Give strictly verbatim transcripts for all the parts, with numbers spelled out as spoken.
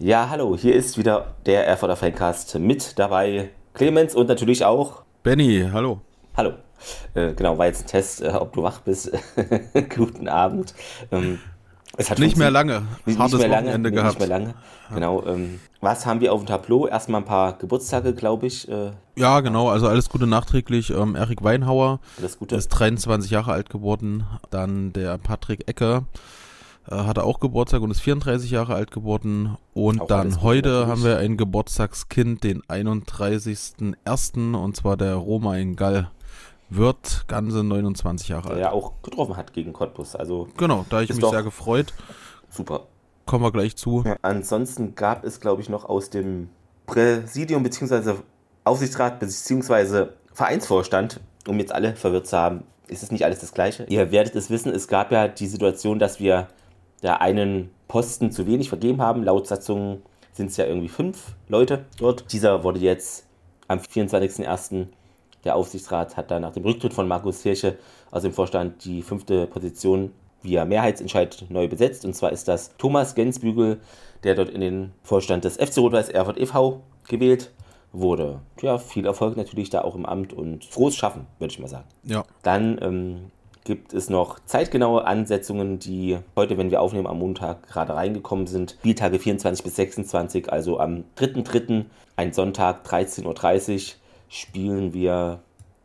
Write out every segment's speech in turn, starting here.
Ja, hallo, hier ist wieder der Erfurter Fancast mit dabei Clemens und natürlich auch Benny, hallo. Hallo. Äh, genau, war jetzt ein Test, äh, ob du wach bist. Guten Abend. Ähm, es hat Nicht mehr funktioniert. lange, Nicht, nicht hartes mehr lange, Wochenende nicht, nicht mehr gehabt. lange. Ja, Genau. Ähm, was haben wir auf dem Tableau? Erstmal ein paar Geburtstage, glaube ich. Äh, ja genau, also alles Gute nachträglich. Ähm, Erik Weinhauer alles Gute. ist dreiundzwanzig Jahre alt geworden. Dann der Patrick Ecke äh, hatte auch Geburtstag und ist vierunddreißig Jahre alt geworden. Und Auch alles dann Gute heute natürlich. haben wir ein Geburtstagskind, den einunddreißigsten ersten und zwar der Romain Gall. Wird ganze neunundzwanzig Jahre Der alt. ja auch getroffen hat gegen Cottbus. Also Genau, da habe ich ist mich doch sehr gefreut. super. Kommen wir gleich zu. Ja. Ansonsten gab es, glaube ich, noch aus dem Präsidium bzw. Aufsichtsrat bzw. Vereinsvorstand, um jetzt alle verwirrt zu haben, ist es nicht alles das Gleiche. Ihr werdet es wissen, es gab ja die Situation, dass wir da einen Posten zu wenig vergeben haben. Laut Satzung sind es ja irgendwie fünf Leute dort. Dieser wurde jetzt am vierundzwanzigsten ersten Der Aufsichtsrat hat dann nach dem Rücktritt von Markus Hirsche aus dem Vorstand die fünfte Position via Mehrheitsentscheid neu besetzt. Und zwar ist das Thomas Gensbügel, der dort in den Vorstand des F C Rot-Weiß Erfurt e V gewählt wurde. Ja, viel Erfolg natürlich da auch im Amt und frohes Schaffen, würde ich mal sagen. Ja. Dann ähm, gibt es noch zeitgenaue Ansetzungen, die heute, wenn wir aufnehmen, am Montag gerade reingekommen sind. Spieltage vierundzwanzig bis sechsundzwanzig, also am dritten dritten, ein Sonntag, dreizehn Uhr dreißig, spielen wir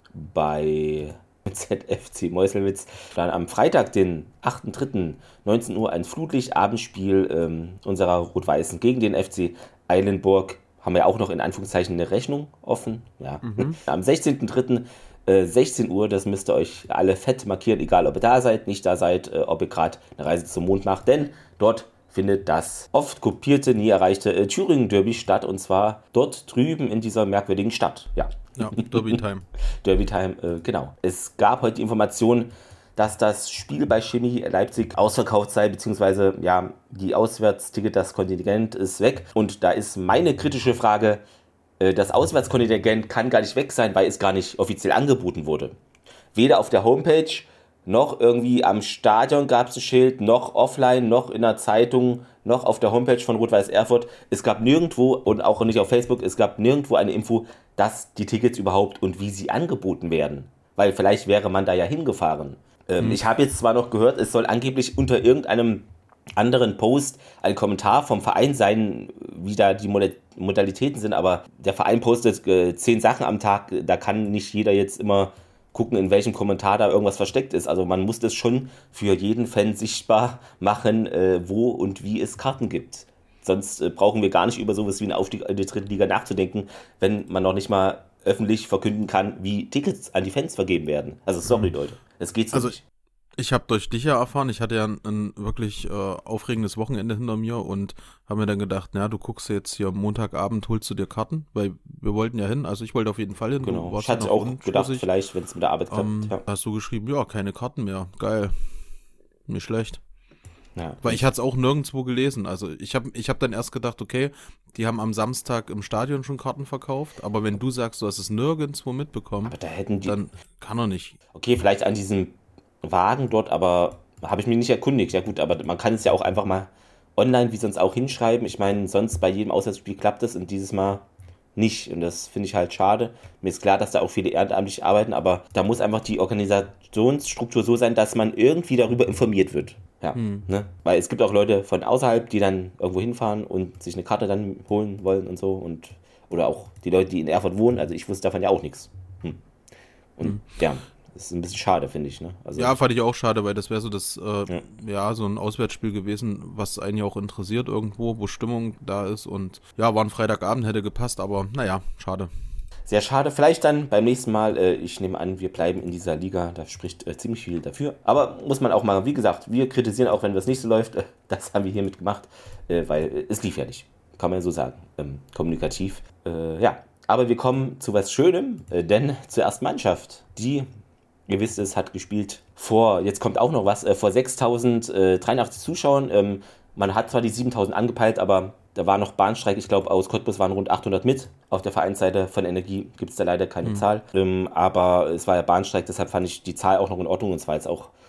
bei Z F C Meuselwitz. Dann am Freitag, den achten dritten, neunzehn Uhr, ein Flutlicht-Abendspiel ähm, unserer Rot-Weißen gegen den F C Eilenburg. Haben wir auch noch in Anführungszeichen eine Rechnung offen. Ja. Mhm. Am sechzehnten dritten äh, sechzehn Uhr, das müsst ihr euch alle fett markieren, egal ob ihr da seid, nicht da seid, äh, ob ihr gerade eine Reise zum Mond macht, denn dort findet das oft kopierte, nie erreichte äh, Thüringen-Derby statt, und zwar dort drüben in dieser merkwürdigen Stadt. Ja, Ja, Derby-Time. Derby-Time, äh, genau. Es gab heute die Information, dass das Spiel bei Chemie Leipzig ausverkauft sei, beziehungsweise ja, die Auswärtsticket, das Kontingent ist weg. Und da ist meine kritische Frage, äh, das Auswärtskontingent kann gar nicht weg sein, weil es gar nicht offiziell angeboten wurde. Weder auf der Homepage, noch irgendwie am Stadion gab es ein Schild, noch offline, noch in der Zeitung, noch auf der Homepage von Rot-Weiß Erfurt. Es gab nirgendwo, und auch nicht auf Facebook, es gab nirgendwo eine Info, dass die Tickets überhaupt und wie sie angeboten werden. Weil vielleicht wäre man da ja hingefahren. Ähm, hm. Ich habe jetzt zwar noch gehört, es soll angeblich unter irgendeinem anderen Post ein Kommentar vom Verein sein, wie da die Modalitäten sind, aber der Verein postet äh, zehn Sachen am Tag, da kann nicht jeder jetzt immer gucken, in welchem Kommentar da irgendwas versteckt ist. Also man muss das schon für jeden Fan sichtbar machen, äh, wo und wie es Karten gibt. Sonst äh, brauchen wir gar nicht über sowas wie einen Aufstieg in die dritte Liga nachzudenken, wenn man noch nicht mal öffentlich verkünden kann, wie Tickets an die Fans vergeben werden. Also sorry, Leute, das geht so also, nicht. Ich habe durch dich ja erfahren, ich hatte ja ein, ein wirklich äh, aufregendes Wochenende hinter mir und habe mir dann gedacht, na, du guckst jetzt hier Montagabend, holst du dir Karten, weil wir wollten ja hin, also ich wollte auf jeden Fall hin. Genau, ich hatte auch gedacht, vielleicht, wenn es mit der Arbeit klappt. Ähm, ja. Hast du geschrieben, ja, keine Karten mehr, geil, nicht schlecht. Ja, weil ich hatte es auch nirgendwo gelesen, also ich habe ich hab dann erst gedacht, okay, die haben am Samstag im Stadion schon Karten verkauft, aber wenn du sagst, du hast es nirgendwo mitbekommen, aber da hätten die, dann kann er nicht. Okay, vielleicht an diesem Wagen dort, aber habe ich mich nicht erkundigt. Ja gut, aber man kann es ja auch einfach mal online wie sonst auch hinschreiben. Ich meine, sonst bei jedem Auswärtsspiel klappt das und dieses Mal nicht. Und das finde ich halt schade. Mir ist klar, dass da auch viele ehrenamtlich arbeiten, aber da muss einfach die Organisationsstruktur so sein, dass man irgendwie darüber informiert wird. Ja, hm. ne? Weil es gibt auch Leute von außerhalb, die dann irgendwo hinfahren und sich eine Karte dann holen wollen und so. Und, oder auch die Leute, die in Erfurt wohnen. Also ich wusste davon ja auch nichts. Hm. Und hm. ja, das ist ein bisschen schade, finde ich. Ne? Also, ja, fand ich auch schade, weil das wäre so das, äh, ja. ja, so ein Auswärtsspiel gewesen, was einen ja auch interessiert irgendwo, wo Stimmung da ist. Und ja, war ein Freitagabend, hätte gepasst, aber naja, schade. Sehr schade. Vielleicht dann beim nächsten Mal, äh, ich nehme an, wir bleiben in dieser Liga, da spricht äh, ziemlich viel dafür. Aber muss man auch mal, wie gesagt, wir kritisieren auch, wenn das nicht so läuft. Äh, das haben wir hiermit gemacht, äh, weil äh, es lief ja nicht. Kann man so sagen, ähm, kommunikativ. Äh, ja, aber wir kommen zu was Schönem, äh, denn zur ersten Mannschaft, die, ihr wisst es, hat gespielt vor, jetzt kommt auch noch was, äh, vor sechstausenddreiundachtzig Zuschauern. Ähm, man hat zwar die siebentausend angepeilt, aber da war noch Bahnstreik, ich glaube aus Cottbus waren rund achthundert mit. Auf der Vereinsseite von Energie gibt es da leider keine mhm. Zahl. Ähm, aber es war ja Bahnstreik, deshalb fand ich die Zahl auch noch in Ordnung. Und es war jetzt auch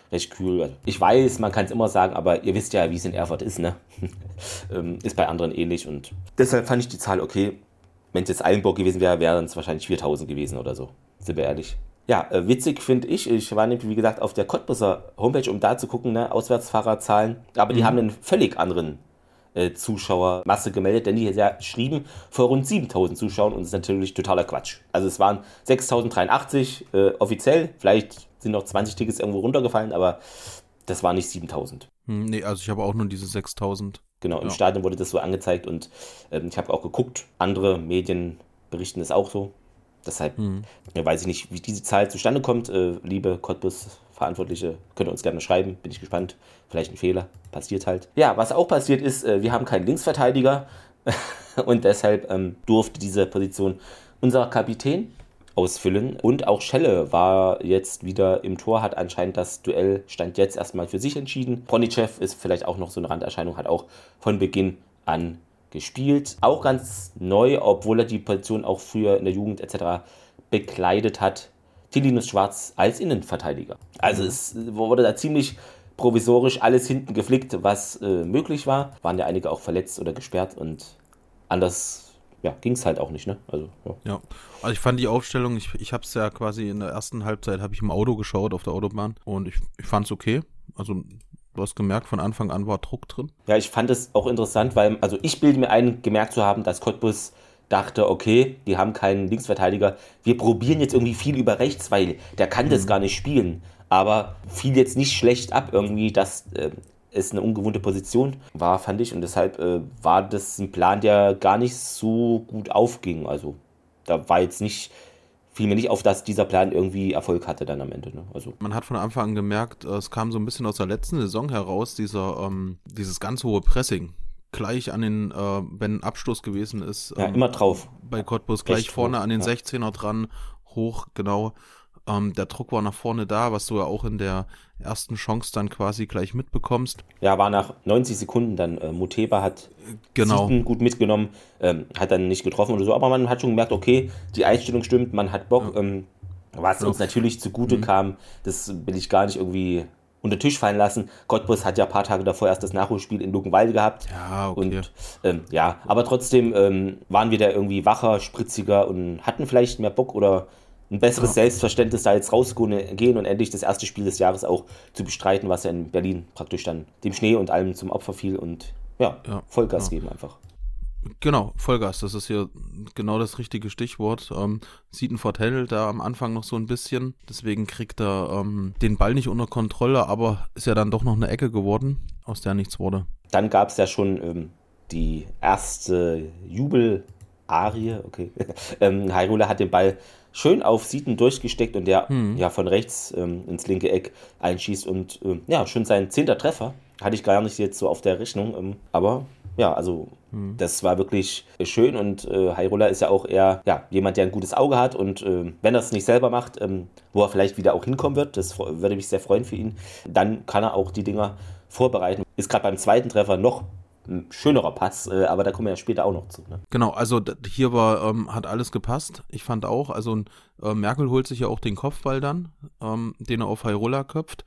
recht kühl. Ich weiß, man kann es immer sagen, aber ihr wisst ja, wie es in Erfurt ist, ne? Ist bei anderen ähnlich und deshalb fand ich die Zahl okay. Wenn es jetzt Eilenburg gewesen wäre, wären es wahrscheinlich viertausend gewesen oder so. Sind wir ehrlich. Ja, äh, witzig finde ich, ich war nämlich, wie gesagt, auf der Cottbuser Homepage, um da zu gucken, ne, Auswärtsfahrerzahlen, aber die mhm. haben einen völlig anderen äh, Zuschauermasse gemeldet, denn die ja schrieben vor rund siebentausend Zuschauern und das ist natürlich totaler Quatsch. Also es waren sechstausenddreiundachtzig äh, offiziell, vielleicht sind noch zwanzig Tickets irgendwo runtergefallen, aber das war nicht siebentausend. Hm, nee, also ich habe auch nur diese sechstausend. Genau, im ja. Stadion wurde das so angezeigt und ähm, ich habe auch geguckt, andere Medien berichten es auch so. Deshalb hm. ja, weiß ich nicht, wie diese Zahl zustande kommt. Äh, liebe Cottbus-Verantwortliche, könnt ihr uns gerne schreiben, bin ich gespannt. Vielleicht ein Fehler, passiert halt. Ja, was auch passiert ist, äh, wir haben keinen Linksverteidiger und deshalb ähm, durfte diese Position unser Kapitän ausfüllen. Und auch Schelle war jetzt wieder im Tor, hat anscheinend das Duell, stand jetzt erstmal für sich entschieden. Bronitschew ist vielleicht auch noch so eine Randerscheinung, hat auch von Beginn an gespielt. Auch ganz neu, obwohl er die Position auch früher in der Jugend et cetera bekleidet hat, Linus Schwarz als Innenverteidiger. Also es wurde da ziemlich provisorisch alles hinten geflickt, was äh, möglich war. Waren ja einige auch verletzt oder gesperrt und anders ja, ging es halt auch nicht, ne? Also, ja. ja, also ich fand die Aufstellung, ich, ich habe es ja quasi in der ersten Halbzeit, habe ich im Auto geschaut, auf der Autobahn und ich, ich fand es okay. Also du hast gemerkt, von Anfang an war Druck drin. Ja, ich fand es auch interessant, weil, also ich bilde mir ein, gemerkt zu haben, dass Cottbus dachte, okay, die haben keinen Linksverteidiger, wir probieren jetzt irgendwie viel über rechts, weil der kann mhm. das gar nicht spielen. Aber fiel jetzt nicht schlecht ab irgendwie, dass äh, es eine ungewohnte Position war, fand ich. Und deshalb äh, war das ein Plan, der gar nicht so gut aufging. Also da war jetzt nicht, fiel mir nicht auf, dass dieser Plan irgendwie Erfolg hatte dann am Ende. Ne? Also. Man hat von Anfang an gemerkt, es kam so ein bisschen aus der letzten Saison heraus, dieser, ähm, dieses ganz hohe Pressing. Gleich an den, äh, wenn ein Abstoß gewesen ist. Ja, ähm, immer drauf. Bei Cottbus gleich Echt vorne hoch, an den ja. sechzehner dran, hoch, genau. Ähm, der Druck war nach vorne da, was du ja auch in der ersten Chance dann quasi gleich mitbekommst. Ja, war nach neunzig Sekunden dann. Äh, Muteba hat genau. Sieten gut mitgenommen, ähm, hat dann nicht getroffen oder so, aber man hat schon gemerkt, okay, die Einstellung stimmt, man hat Bock. Ja. Ähm, was ja. uns natürlich zugute mhm. kam, das will ich gar nicht irgendwie unter den Tisch fallen lassen. Cottbus hat ja ein paar Tage davor erst das Nachholspiel in Luckenwalde gehabt. Ja, okay. Und, ähm, ja, aber trotzdem ähm, waren wir da irgendwie wacher, spritziger und hatten vielleicht mehr Bock oder ein besseres ja. Selbstverständnis, da jetzt rausgehen und endlich das erste Spiel des Jahres auch zu bestreiten, was ja in Berlin praktisch dann dem Schnee und allem zum Opfer fiel und ja, ja Vollgas ja. geben einfach. Genau, Vollgas, das ist hier genau das richtige Stichwort. Ähm, Sietenfort hält da am Anfang noch so ein bisschen, deswegen kriegt er ähm, den Ball nicht unter Kontrolle, aber ist ja dann doch noch eine Ecke geworden, aus der nichts wurde. Dann gab es ja schon ähm, die erste Jubel-Arie, okay. ähm, Hayrula hat den Ball schön auf Sieten durchgesteckt und der hm. ja von rechts ähm, ins linke Eck einschießt und ähm, ja, schon sein zehnter Treffer. Hatte ich gar nicht jetzt so auf der Rechnung, ähm, aber ja, also hm. das war wirklich schön und äh, Hayrula ist ja auch eher ja, jemand, der ein gutes Auge hat und äh, wenn er es nicht selber macht, ähm, wo er vielleicht wieder auch hinkommen wird, das würde mich sehr freuen für ihn, dann kann er auch die Dinger vorbereiten. Ist gerade beim zweiten Treffer noch ein schönerer Pass, äh, aber da kommen wir ja später auch noch zu. Ne? Genau, also d- hier war, ähm, hat alles gepasst. Ich fand auch, also äh, Merkel holt sich ja auch den Kopfball dann, ähm, den er auf Hayrula köpft.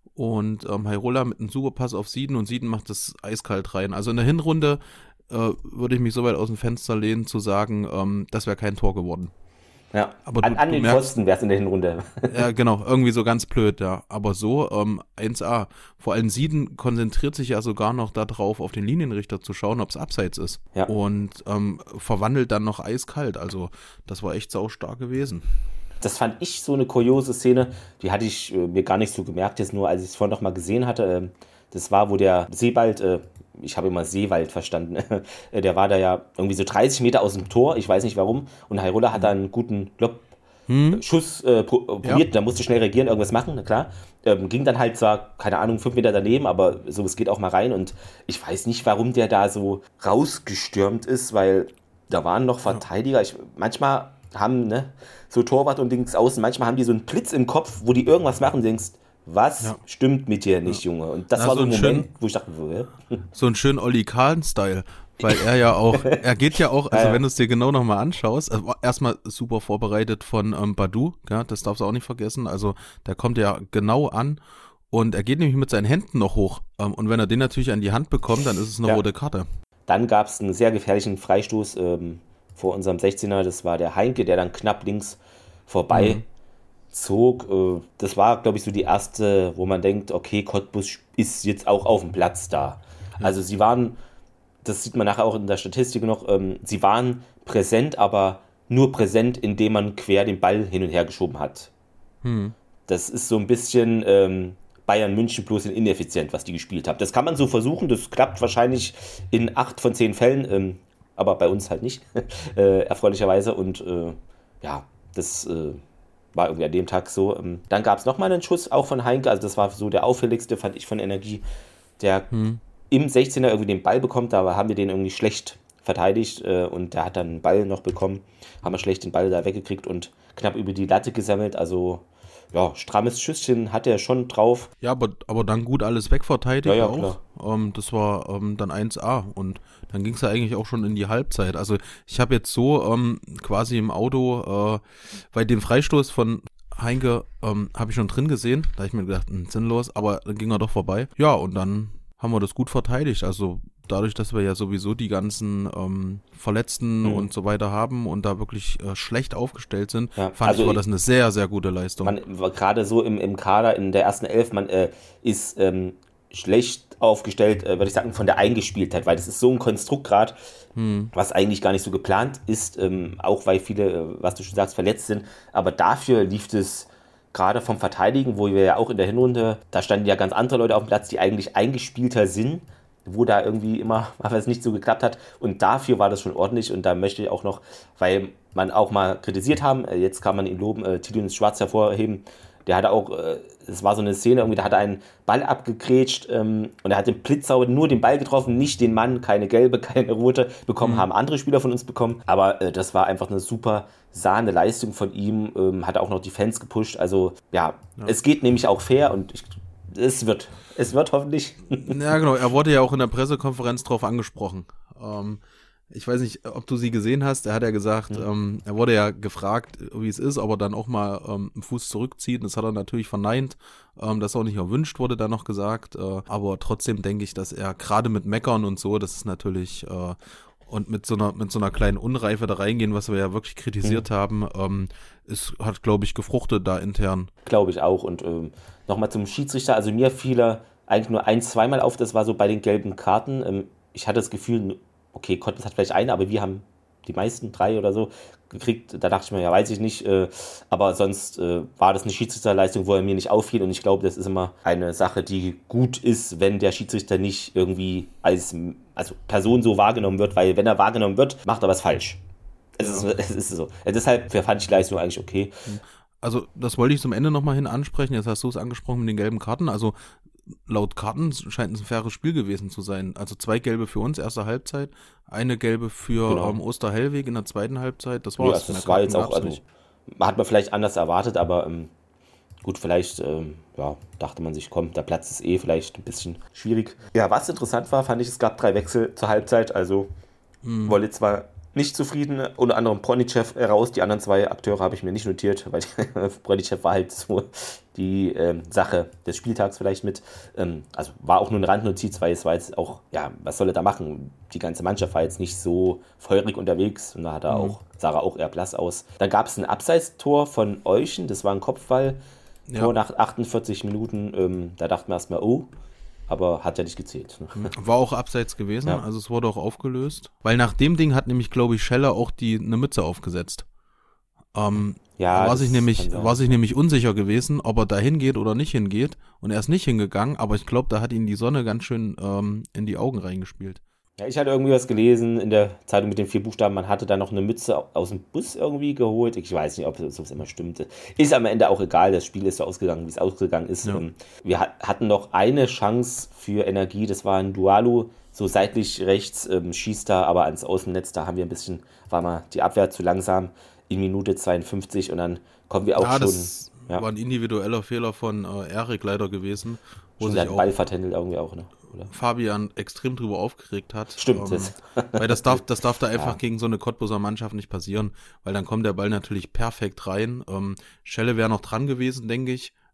Und ähm, Hayrula mit einem super Pass auf Sieden und Sieden macht das eiskalt rein. Also in der Hinrunde äh, würde ich mich so weit aus dem Fenster lehnen, zu sagen, ähm, das wäre kein Tor geworden. Ja, aber an, du, an du den merkst, Pfosten wäre es in der Hinrunde. Ja, genau, irgendwie so ganz blöd, ja. Aber so, ähm, eins a. Vor allem Sieden konzentriert sich ja sogar noch darauf, auf den Linienrichter zu schauen, ob es abseits ist. Ja. Und ähm, verwandelt dann noch eiskalt. Also das war echt saustark gewesen. Das fand ich so eine kuriose Szene, die hatte ich äh, mir gar nicht so gemerkt, jetzt nur als ich es vorhin noch mal gesehen hatte. Äh, das war, wo der Seewald, äh, ich habe immer Seewald verstanden, äh, der war da ja irgendwie so dreißig Meter aus dem Tor, ich weiß nicht warum, und Hayrula hat da einen guten Lob hm. Schuss äh, pro- probiert, ja. Da musste schnell reagieren, irgendwas machen, na klar. Ähm, ging dann halt zwar, keine Ahnung, fünf Meter daneben, aber sowas geht auch mal rein und ich weiß nicht, warum der da so rausgestürmt ist, weil da waren noch Verteidiger, ich, manchmal haben, ne, so Torwart und Dings außen, manchmal haben die so einen Blitz im Kopf, wo die irgendwas machen, denkst, was ja. stimmt mit dir nicht, ja. Junge? Und das Na, war so ein Moment, schön, wo ich dachte, äh? so ein schön Olli Kahn-Style, weil er ja auch, er geht ja auch, also ja, ja. wenn du es dir genau nochmal anschaust, also erstmal super vorbereitet von ähm, Badu, ja, das darfst du auch nicht vergessen, also der kommt ja genau an Und er geht nämlich mit seinen Händen noch hoch. Ähm, und wenn er den natürlich an die Hand bekommt, dann ist es eine Ja. rote Karte. Dann gab es einen sehr gefährlichen Freistoß ähm, vor unserem sechzehner. Das war der Heinke, der dann knapp links vorbei Mhm. zog. Äh, das war, glaube ich, so die erste, wo man denkt, okay, Cottbus ist jetzt auch auf dem Platz da. Also sie waren, das sieht man nachher auch in der Statistik noch, ähm, sie waren präsent, aber nur präsent, indem man quer den Ball hin und her geschoben hat. Hm. Das ist so ein bisschen ähm, Bayern München bloß in ineffizient, was die gespielt haben. Das kann man so versuchen, das klappt wahrscheinlich in acht von zehn Fällen, ähm, aber bei uns halt nicht, äh, erfreulicherweise. Und äh, ja, das äh, war irgendwie an dem Tag so. Ähm, dann gab es nochmal einen Schuss, auch von Heinke, also das war so der auffälligste, fand ich, von Energie, der Hm. im sechzehner irgendwie den Ball bekommt, aber haben wir den irgendwie schlecht verteidigt äh, und der hat dann einen Ball noch bekommen, haben wir schlecht den Ball da weggekriegt und knapp über die Latte gesammelt, also ja, strammes Schüsschen hat er schon drauf. Ja, aber, aber dann gut alles wegverteidigt Ja, ja, auch. Ähm, das war ähm, dann eins a und dann ging es ja eigentlich auch schon in die Halbzeit. Also ich habe jetzt so ähm, quasi im Auto äh, bei dem Freistoß von Heinke ähm, habe ich schon drin gesehen. Da habe ich mir gedacht, hm, sinnlos, aber dann ging er doch vorbei. Ja, und dann haben wir das gut verteidigt. Also dadurch, dass wir ja sowieso die ganzen ähm, Verletzten Mhm. und so weiter haben und da wirklich äh, schlecht aufgestellt sind, Ja, fand also ich, war das eine sehr, sehr gute Leistung. Man war gerade so im, im Kader in der ersten Elf, man äh, ist ähm, schlecht aufgestellt, äh, würde ich sagen, von der Eingespieltheit, weil das ist so ein Konstrukt gerade, Hm. was eigentlich gar nicht so geplant ist, ähm, auch weil viele, äh, was du schon sagst, verletzt sind. Aber dafür lief es gerade vom Verteidigen, wo wir ja auch in der Hinrunde, da standen ja ganz andere Leute auf dem Platz, die eigentlich eingespielter sind, wo da irgendwie immer was nicht so geklappt hat. Und dafür war das schon ordentlich. Und da möchte ich auch noch, weil man auch mal kritisiert haben, äh, jetzt kann man ihn loben, äh, Tidionis Schwarz hervorheben. Der hatte auch, äh, es war so eine Szene, irgendwie, da hat er einen Ball abgegrätscht ähm, und er hat den Blitzsauber nur den Ball getroffen, nicht den Mann, keine gelbe, keine rote bekommen, Mhm. haben andere Spieler von uns bekommen. Aber äh, das war einfach eine super sahne Leistung von ihm, ähm, hat auch noch die Fans gepusht. Also ja, Ja. es geht nämlich auch fair und ich, es wird, es wird hoffentlich. Ja, genau. Er wurde ja auch in der Pressekonferenz drauf angesprochen. Ähm, ich weiß nicht, ob du sie gesehen hast. Er hat ja gesagt, Mhm. ähm, er wurde ja gefragt, wie es ist, ob er dann auch mal ähm, einen Fuß zurückzieht. Das hat er natürlich verneint. Ähm, das auch nicht erwünscht, wurde da noch gesagt. Äh, aber trotzdem denke ich, dass er gerade mit Meckern und so, das ist natürlich äh, und mit so einer mit so einer kleinen Unreife da reingehen, was wir ja wirklich kritisiert haben, ähm, es hat, glaube ich, gefruchtet da intern. Glaube ich auch. Und ähm, nochmal zum Schiedsrichter. Also mir fiel er eigentlich nur ein-, zweimal auf. Das war so bei den gelben Karten. Ähm, ich hatte das Gefühl, okay, Cottbus hat vielleicht eine, aber wir haben die meisten, drei oder so, gekriegt. Da dachte ich mir, ja, weiß ich nicht. Äh, aber sonst äh, war das eine Schiedsrichterleistung, wo er mir nicht auffiel. Und ich glaube, das ist immer eine Sache, die gut ist, wenn der Schiedsrichter nicht irgendwie als also Person so wahrgenommen wird. Weil wenn er wahrgenommen wird, macht er was falsch. Es, ist, es ist so. Ja, deshalb fand ich die Leistung eigentlich okay. Also das wollte ich zum Ende nochmal hin ansprechen, jetzt hast du es angesprochen mit den gelben Karten, also laut Karten scheint es ein faires Spiel gewesen zu sein, also zwei gelbe für uns, erste Halbzeit, eine gelbe für Genau. ähm, Osterhellweg in der zweiten Halbzeit, das Ja, war's. das Mehr war Karten jetzt auch, gab's also nicht. hat man vielleicht anders erwartet, aber ähm, gut, vielleicht ähm, ja, dachte man sich, komm, der Platz ist eh vielleicht ein bisschen schwierig. Ja, was interessant war, fand ich, es gab drei Wechsel zur Halbzeit, also Hm. Wollitz war nicht zufrieden, unter anderem Pronicev raus, die anderen zwei Akteure habe ich mir nicht notiert, weil Pronicev war halt so die ähm, Sache des Spieltags vielleicht mit, ähm, also war auch nur eine Randnotiz, weil es war jetzt auch, ja, was soll er da machen? Die ganze Mannschaft war jetzt nicht so feurig unterwegs und da hat er Mhm. auch, sah er auch eher blass aus. Dann gab es ein Abseitstor von Euchen, das war ein Kopfball, Ja. Tor nach achtundvierzig Minuten, ähm, da dachten wir erstmal, oh, aber hat ja nicht gezählt. Ne? War auch abseits gewesen, Ja. also es wurde auch aufgelöst. Weil nach dem Ding hat nämlich, glaube ich, Scheller auch die eine Mütze aufgesetzt. Ähm, Ja, war das sich nämlich kann sein. war sich nämlich unsicher gewesen, ob er da hingeht oder nicht hingeht. Und er ist nicht hingegangen, aber ich glaube, da hat ihn die Sonne ganz schön ähm, in die Augen reingespielt. Ja, ich hatte irgendwie was gelesen in der Zeitung mit den vier Buchstaben, man hatte da noch eine Mütze aus dem Bus irgendwie geholt. Ich weiß nicht, ob das immer stimmte. Ist am Ende auch egal, das Spiel ist so ausgegangen, wie es ausgegangen ist. Ja. Ähm, Wir ha- hatten noch eine Chance für Energie, das war ein Dualo, so seitlich rechts, ähm, schießt da aber ans Außennetz, da haben wir ein bisschen, war mal die Abwehr zu langsam in Minute zweiundfünfzig und dann kommen wir auch ja, schon, das ja, war ein individueller Fehler von äh, Erik leider gewesen, wo schon sich der auch Ball vertändelt irgendwie auch, ne? Oder? Fabian extrem drüber aufgeregt hat. Stimmt, Ähm, das. weil das darf, das darf da einfach Ja. gegen so eine Cottbuser Mannschaft nicht passieren, weil dann kommt der Ball natürlich perfekt rein. Ähm, Schelle wäre noch dran gewesen, denke ich.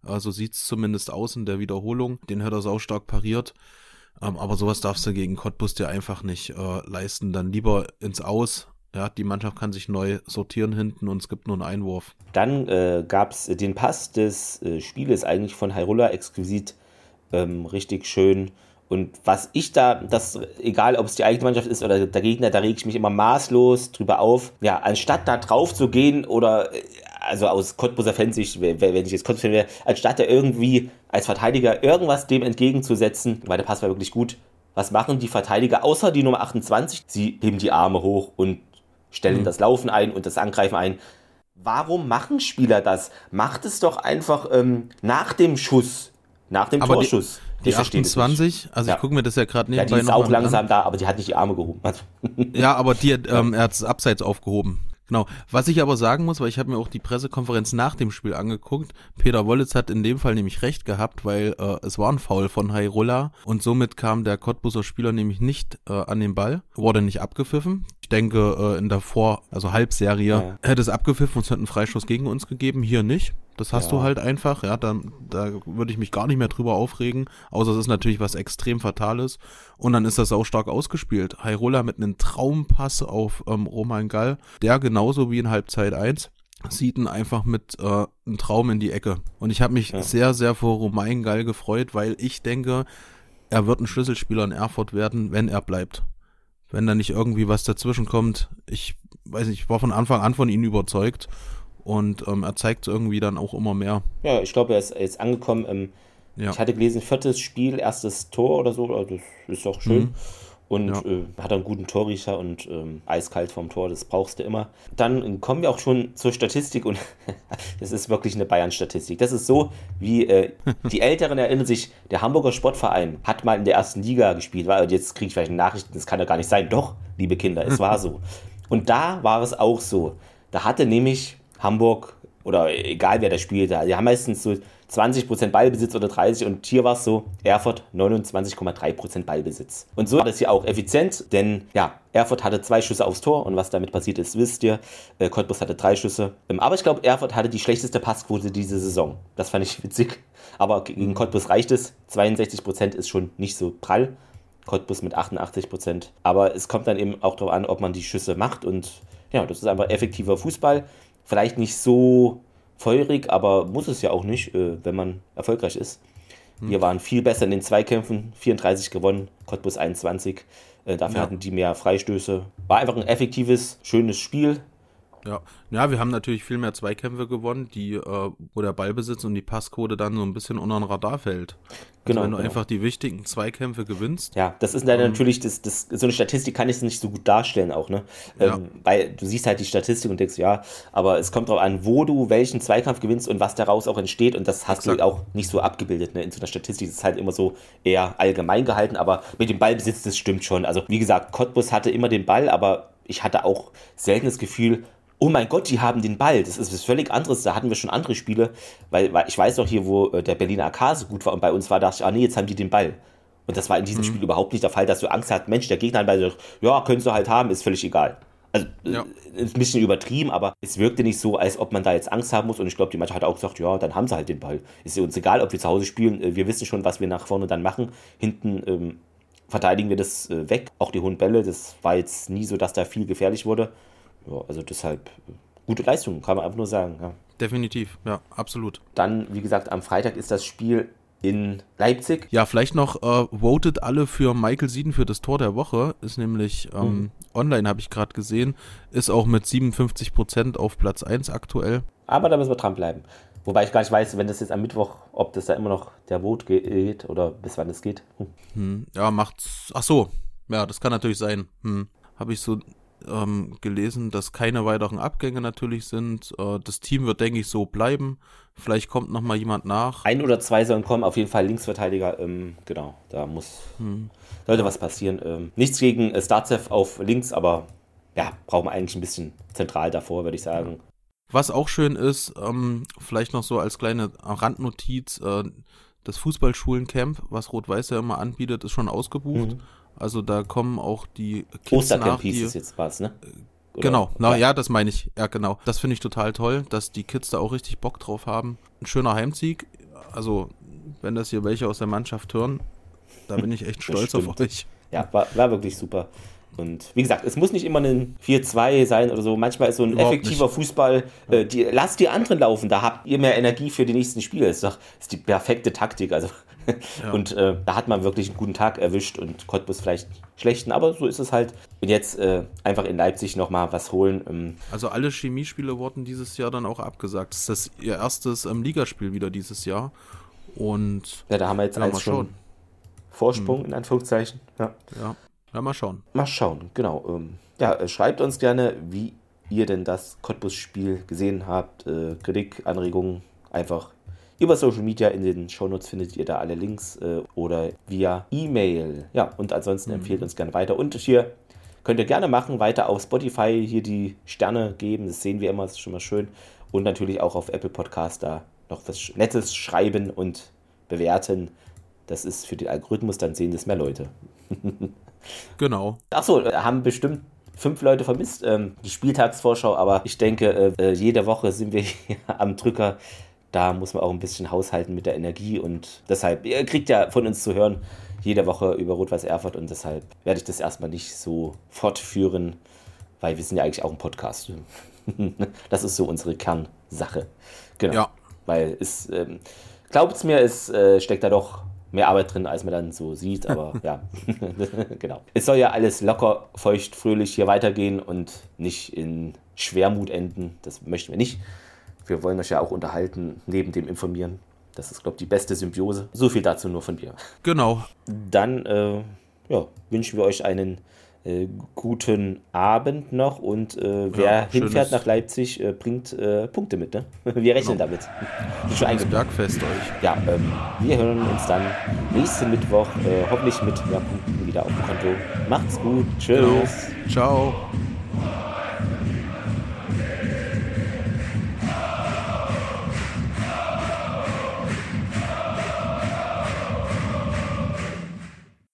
Äh, so sieht es zumindest aus in der Wiederholung. Den hat er saustark pariert. Ähm, aber sowas darfst du gegen Cottbus dir einfach nicht äh, leisten. Dann lieber ins Aus. Ja, die Mannschaft kann sich neu sortieren hinten und es gibt nur einen Einwurf. Dann äh, gab es den Pass des äh, Spieles eigentlich von Hairola exquisit, ähm, richtig schön. Und was ich da, das, egal ob es die eigene Mannschaft ist oder der Gegner, da rege ich mich immer maßlos drüber auf. Ja, anstatt da drauf zu gehen oder, also aus Cottbuser Fansicht, wenn ich jetzt Cottbus-Fan wäre, anstatt da irgendwie als Verteidiger irgendwas dem entgegenzusetzen, weil der Pass war wirklich gut. Was machen die Verteidiger außer die Nummer achtundzwanzig? Sie heben die Arme hoch und stellen mhm. das Laufen ein und das Angreifen ein. Warum machen Spieler das? Macht es doch einfach ähm, nach dem Schuss, nach dem aber Torschuss. Die, die achtundzwanzig, also ja. ich gucke mir das ja gerade nebenbei noch an. Ja, die ist auch langsam an. da, aber die hat nicht die Arme gehoben. Ja, aber die hat, ähm, er hat es abseits aufgehoben. Genau. Was ich aber sagen muss, weil ich habe mir auch die Pressekonferenz nach dem Spiel angeguckt, Peter Wollitz hat in dem Fall nämlich recht gehabt, weil äh, es war ein Foul von Hairola und somit kam der Cottbuser Spieler nämlich nicht äh, an den Ball, wurde nicht abgepfiffen. Ich denke, äh, in der Vor-, also Halbserie ja. hätte es abgepfiffen und es hätte einen Freistoß gegen uns gegeben, hier nicht. Das hast ja. du halt einfach, ja, da, da würde ich mich gar nicht mehr drüber aufregen, außer es ist natürlich was extrem Fatales und dann ist das auch stark ausgespielt. Hairola mit einem Traumpass auf ähm, Roman Gall, der genauso wie in Halbzeit eins sieht ihn einfach mit äh, einem Traum in die Ecke und ich habe mich ja. sehr, sehr vor Roman Gall gefreut, weil ich denke, er wird ein Schlüsselspieler in Erfurt werden, wenn er bleibt. Wenn da nicht irgendwie was dazwischen kommt, ich weiß nicht, ich war von Anfang an von ihm überzeugt. Und ähm, er zeigt irgendwie dann auch immer mehr. Ja, ich glaube, er ist jetzt angekommen. Ähm, ja. Ich hatte gelesen, viertes Spiel, erstes Tor oder so. Also das ist doch schön. Mhm. Und ja. äh, hat einen guten Torriecher und ähm, eiskalt vom Tor, das brauchst du immer. Dann kommen wir auch schon zur Statistik und das ist wirklich eine Bayern-Statistik. Das ist so, wie äh, die Älteren erinnern sich, der Hamburger Sportverein hat mal in der ersten Liga gespielt. Weil jetzt kriege ich vielleicht Nachrichten, das kann ja gar nicht sein. Doch, liebe Kinder, es war so. Und da war es auch so. Da hatte nämlich Hamburg oder egal wer da spielt, die haben meistens so zwanzig Prozent Ballbesitz oder dreißig und hier war es so, Erfurt neunundzwanzig Komma drei Prozent Ballbesitz. Und so war das hier auch effizient, denn ja, Erfurt hatte zwei Schüsse aufs Tor und was damit passiert ist, wisst ihr. Äh, Cottbus hatte drei Schüsse. Ähm, aber ich glaube, Erfurt hatte die schlechteste Passquote diese Saison. Das fand ich witzig. Aber gegen Cottbus reicht es. zweiundsechzig Prozent ist schon nicht so prall. Cottbus mit achtundachtzig Prozent. Aber es kommt dann eben auch darauf an, ob man die Schüsse macht und ja, das ist einfach effektiver Fußball. Vielleicht nicht so feurig, aber muss es ja auch nicht, äh, wenn man erfolgreich ist. Hm. Wir waren viel besser in den Zweikämpfen, vierunddreißig gewonnen, Cottbus einundzwanzig. Äh, dafür ja. hatten die mehr Freistöße. War einfach ein effektives, schönes Spiel. Ja, ja, wir haben natürlich viel mehr Zweikämpfe gewonnen, die, äh, wo der Ballbesitz und die Passquote dann so ein bisschen unter den Radar fällt. Also genau, wenn du genau. einfach die wichtigen Zweikämpfe gewinnst. Ja, das ist dann ähm, natürlich, das, das, so eine Statistik kann ich nicht so gut darstellen auch, ne? Ähm, ja. Weil du siehst halt die Statistik und denkst, ja, aber es kommt darauf an, wo du welchen Zweikampf gewinnst und was daraus auch entsteht und das hast Exakt. du auch nicht so abgebildet, ne? In so einer Statistik ist es halt immer so eher allgemein gehalten, aber mit dem Ballbesitz, das stimmt schon. Also wie gesagt, Cottbus hatte immer den Ball, aber ich hatte auch selten das Gefühl, oh mein Gott, die haben den Ball. Das ist was völlig anderes. Da hatten wir schon andere Spiele, weil, weil ich weiß noch hier, wo der Berliner A K so gut war und bei uns war, dachte ich, ah nee, jetzt haben die den Ball. Und das war in diesem mhm. Spiel überhaupt nicht der Fall, dass du Angst hast, Mensch, der Gegner hat Ball, ja, könntest du halt haben, ist völlig egal. Also ja. ist ein bisschen übertrieben, aber es wirkte nicht so, als ob man da jetzt Angst haben muss und ich glaube, die Mannschaft hat auch gesagt, ja, dann haben sie halt den Ball. Ist uns egal, ob wir zu Hause spielen, wir wissen schon, was wir nach vorne dann machen. Hinten ähm, verteidigen wir das äh, weg, auch die hohen Bälle, das war jetzt nie so, dass da viel gefährlich wurde. Ja, also deshalb gute Leistung, kann man einfach nur sagen. Ja. Definitiv, ja, absolut. Dann, wie gesagt, am Freitag ist das Spiel in Leipzig. Ja, vielleicht noch äh, votet alle für Michael Sieden für das Tor der Woche. Ist nämlich ähm, mhm. online, habe ich gerade gesehen. Ist auch mit siebenundfünfzig Prozent auf Platz eins aktuell. Aber da müssen wir dranbleiben. Wobei ich gar nicht weiß, wenn das jetzt am Mittwoch, ob das da immer noch der Vote geht oder bis wann es geht. Hm. Hm, ja, macht's. Ach so, ja, das kann natürlich sein. Hm. Habe ich so ähm, gelesen, dass keine weiteren Abgänge natürlich sind. Äh, das Team wird, denke ich, so bleiben. Vielleicht kommt noch mal jemand nach. Ein oder zwei sollen kommen, auf jeden Fall Linksverteidiger. Ähm, genau, da muss hm. sollte was passieren. Ähm, nichts gegen äh, Starzev auf links, aber ja, brauchen wir eigentlich ein bisschen zentral davor, würde ich sagen. Was auch schön ist, ähm, vielleicht noch so als kleine Randnotiz, äh, das Fußballschulencamp, was Rot-Weiß ja immer anbietet, ist schon ausgebucht. Mhm. Also da kommen auch die Kids Ostercamp nach, hieß die, es jetzt was, ne? Oder? Genau, na ja. ja, das meine ich. Ja, genau. Das finde ich total toll, dass die Kids da auch richtig Bock drauf haben. Ein schöner Heimsieg. also wenn das hier welche aus der Mannschaft hören, da bin ich echt stolz auf euch. Ja, war, war wirklich super. Und wie gesagt, es muss nicht immer ein vier zwei sein oder so. Manchmal ist so ein Überhaupt effektiver nicht. Fußball, äh, die, lasst die anderen laufen, da habt ihr mehr Energie für die nächsten Spiele. Das ist doch ist die perfekte Taktik. Also. Ja. Und äh, da hat man wirklich einen guten Tag erwischt und Cottbus vielleicht schlechten, aber so ist es halt. Und jetzt äh, einfach in Leipzig nochmal was holen. Ähm. Also alle Chemiespiele wurden dieses Jahr dann auch abgesagt. Das ist das ihr erstes ähm, Ligaspiel wieder dieses Jahr. Und ja, da haben wir jetzt ja, als schon Vorsprung, hm. in Anführungszeichen. Ja. Ja. ja, mal schauen. Mal schauen, genau. Ähm, ja, äh, schreibt uns gerne, wie ihr denn das Cottbus-Spiel gesehen habt. Äh, Kritik, Anregungen, einfach über Social Media. In den Shownotes findet ihr da alle Links äh, oder via E-Mail. Ja, und ansonsten mhm. empfehlt uns gerne weiter. Und hier könnt ihr gerne machen, weiter auf Spotify hier die Sterne geben. Das sehen wir immer, das ist schon mal schön. Und natürlich auch auf Apple Podcast da noch was Nettes schreiben und bewerten. Das ist für den Algorithmus, dann sehen das mehr Leute. Genau. Achso, haben bestimmt fünf Leute vermisst, ähm, die Spieltagsvorschau, aber ich denke, äh, jede Woche sind wir hier am Drücker. Da muss man auch ein bisschen haushalten mit der Energie und deshalb, ihr kriegt ja von uns zu hören, jede Woche über Rot-Weiß Erfurt und deshalb werde ich das erstmal nicht so fortführen, weil wir sind ja eigentlich auch ein Podcast. Das ist so unsere Kernsache. Genau. Ja. Weil es, ähm, glaubt's mir, es äh, steckt da doch mehr Arbeit drin, als man dann so sieht, aber ja, genau. Es soll ja alles locker, feucht, fröhlich hier weitergehen und nicht in Schwermut enden. Das möchten wir nicht. Wir wollen euch ja auch unterhalten, neben dem Informieren. Das ist, glaube ich, die beste Symbiose. So viel dazu nur von mir. Genau. Dann äh, ja, wünschen wir euch einen äh, guten Abend noch und äh, wer ja, hinfährt nach Leipzig, äh, bringt äh, Punkte mit. Ne? Wir rechnen genau. damit. Schönes Bergfest euch. Ja, ähm, wir hören uns dann nächsten Mittwoch, äh, hoffentlich mit mehr Punkten wieder auf dem Konto. Macht's gut. Tschüss. Genau. Ciao.